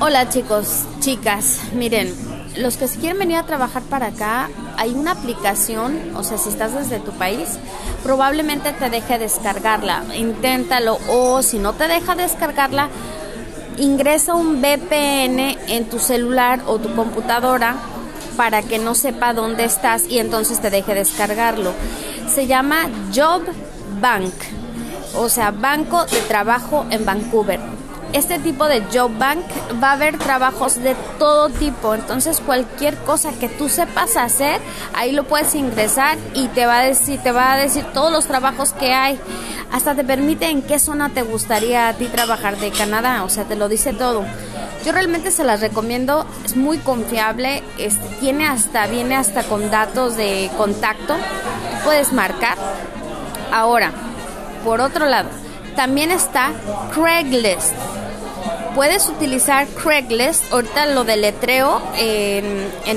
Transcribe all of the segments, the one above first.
Hola chicos, chicas, miren, los que se quieren venir a trabajar para acá, hay una aplicación, o sea, si estás desde tu país, probablemente te deje descargarla, inténtalo, o si no te deja descargarla, ingresa un VPN en tu celular o tu computadora para que no sepa dónde estás y entonces te deje descargarlo. Se llama Job Bank, o sea, Banco de Trabajo en Vancouver. Este tipo de Job Bank va a haber trabajos de todo tipo, entonces cualquier cosa que tú sepas hacer, ahí lo puedes ingresar y te va a decir todos los trabajos que hay. Hasta te permite en qué zona te gustaría a ti trabajar de Canadá, o sea, te lo dice todo. Yo realmente se las recomiendo, es muy confiable, viene hasta con datos de contacto, puedes marcar. Ahora, por otro lado, también está Craigslist. Puedes utilizar Craigslist, ahorita lo deletreo en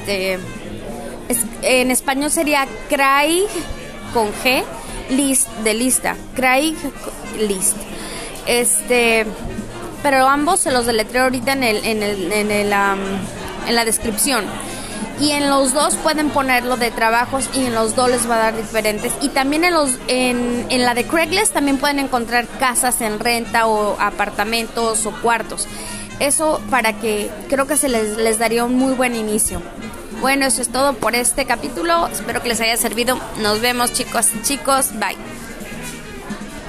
español sería Craig con G, list de lista, Craigslist. Pero ambos se los deletreo ahorita en la descripción. Y en los dos pueden ponerlo de trabajos y en los dos les va a dar diferentes. Y también en la de Craigslist también pueden encontrar casas en renta o apartamentos o cuartos. Eso creo que se les daría un muy buen inicio. Bueno, eso es todo por este capítulo. Espero que les haya servido. Nos vemos, chicos. Bye.